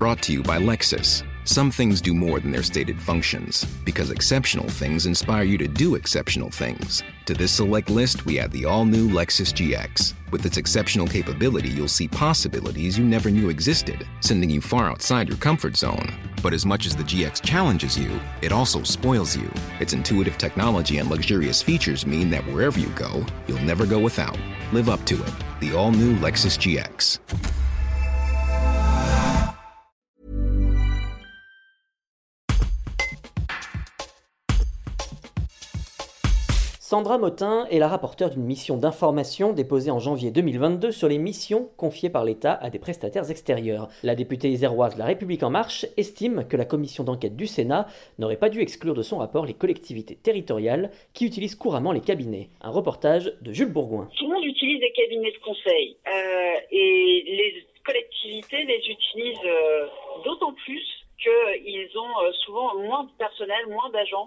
Brought to you by Lexus. Some things do more than their stated functions, because exceptional things inspire you to do exceptional things. To this select list, we add the all-new Lexus GX. With its exceptional capability, you'll see possibilities you never knew existed, sending you far outside your comfort zone. But as much as the GX challenges you, it also spoils you. Its intuitive technology and luxurious features mean that wherever you go, you'll never go without. Live up to it. The all-new Lexus GX. Sandra Motin est la rapporteure d'une mission d'information déposée en janvier 2022 sur les missions confiées par l'État à des prestataires extérieurs. La députée iséroise La République En Marche estime que la commission d'enquête du Sénat n'aurait pas dû exclure de son rapport les collectivités territoriales qui utilisent couramment les cabinets. Un reportage de Jules Bourgoin. Tout le monde utilise des cabinets de conseil et les collectivités les utilisent d'autant plus qu'ils ont souvent moins de personnel, moins d'agents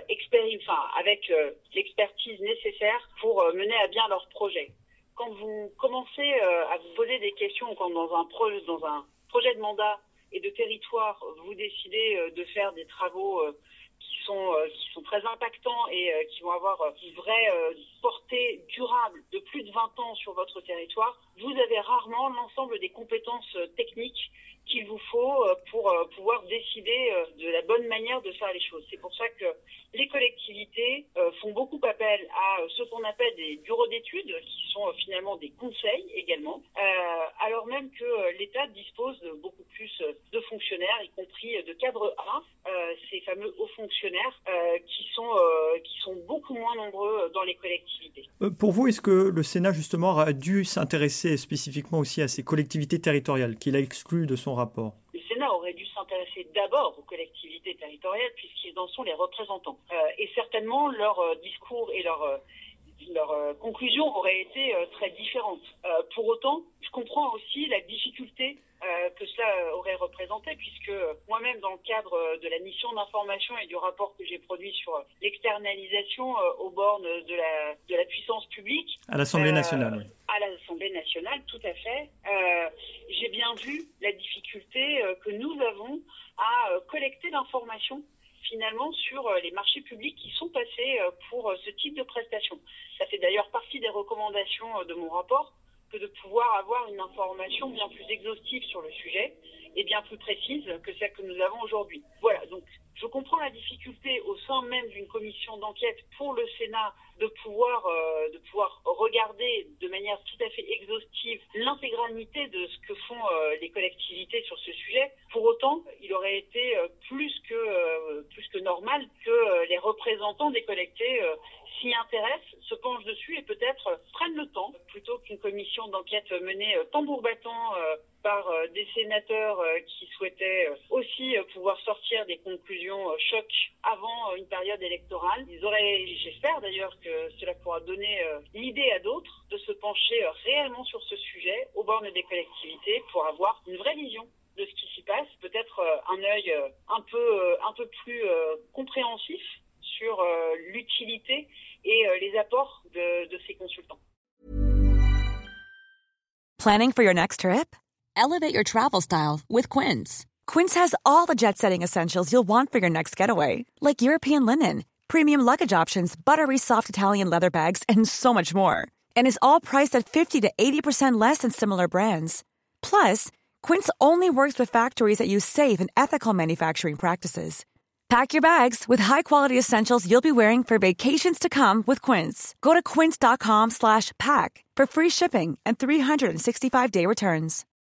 avec l'expertise nécessaire pour mener à bien leur projet. Quand vous commencez à vous poser des questions, quand dans un projet de mandat et de territoire, vous décidez de faire des travaux qui sont très impactants et qui vont avoir une vraie portée durable de plus de 20 ans sur votre territoire, vous avez rarement l'ensemble des compétences techniques qu'il vous faut pour pouvoir décider de la bonne manière de faire les choses. C'est pour ça que les collectivités font beaucoup appel à ce qu'on appelle des bureaux d'études, qui sont finalement des conseils également, alors même que l'État dispose de beaucoup plus de fonctionnaires, y compris de cadres A, ces fameux hauts fonctionnaires qui sont beaucoup moins nombreux dans les collectivités. Pour vous, est-ce que le Sénat justement a dû s'intéresser spécifiquement aussi à ces collectivités territoriales qu'il a exclues de son rapport ? Le Sénat aurait dû s'intéresser d'abord aux collectivités territoriales puisqu'ils en sont les représentants. Et certainement, leur discours et leur conclusion auraient été très différentes. Pour autant, je comprends aussi la difficulté que cela aurait représenté, puisque moi-même, dans le cadre de la mission d'information et du rapport que j'ai produit sur l'externalisation aux bornes de la puissance publique... À l'Assemblée nationale, oui. À l'Assemblée nationale, tout à fait. J'ai bien vu la difficulté que nous avons à collecter l'information finalement sur les marchés publics qui sont passés pour ce type de prestations. Ça fait d'ailleurs partie des recommandations de mon rapport, que de pouvoir avoir une information bien plus exhaustive sur le sujet et bien plus précise que celle que nous avons aujourd'hui. Voilà, donc je comprends la difficulté au sein même d'une commission d'enquête pour le Sénat de pouvoir regarder de manière tout à fait exhaustive l'intégralité de ce que font les collectivités sur ce sujet. Pour autant, il aurait été plus que normal que les représentants des collectivités s'y intéressent, se penchent dessus et peut-être prennent le temps, plutôt qu'une commission d'enquête menée tambour battant par des sénateurs qui souhaitaient aussi pouvoir sortir des conclusions choc avant une période électorale. J'espère d'ailleurs que cela pourra donner l'idée à d'autres de se pencher réellement sur ce sujet aux bornes des collectivités pour avoir une vraie vision de ce qui s'y passe, peut-être un œil un peu plus compréhensif sur l'utilité et les apports de ces consultants. Planning for your next trip? Elevate your travel style with Quince. Quince has all the jet-setting essentials you'll want for your next getaway, like European linen, premium luggage options, buttery soft Italian leather bags, and so much more. And is all priced at 50 to 80% less than similar brands. Plus, Quince only works with factories that use safe and ethical manufacturing practices. Pack your bags with high-quality essentials you'll be wearing for vacations to come with Quince. Go to quince.com/pack for free shipping and 365-day returns.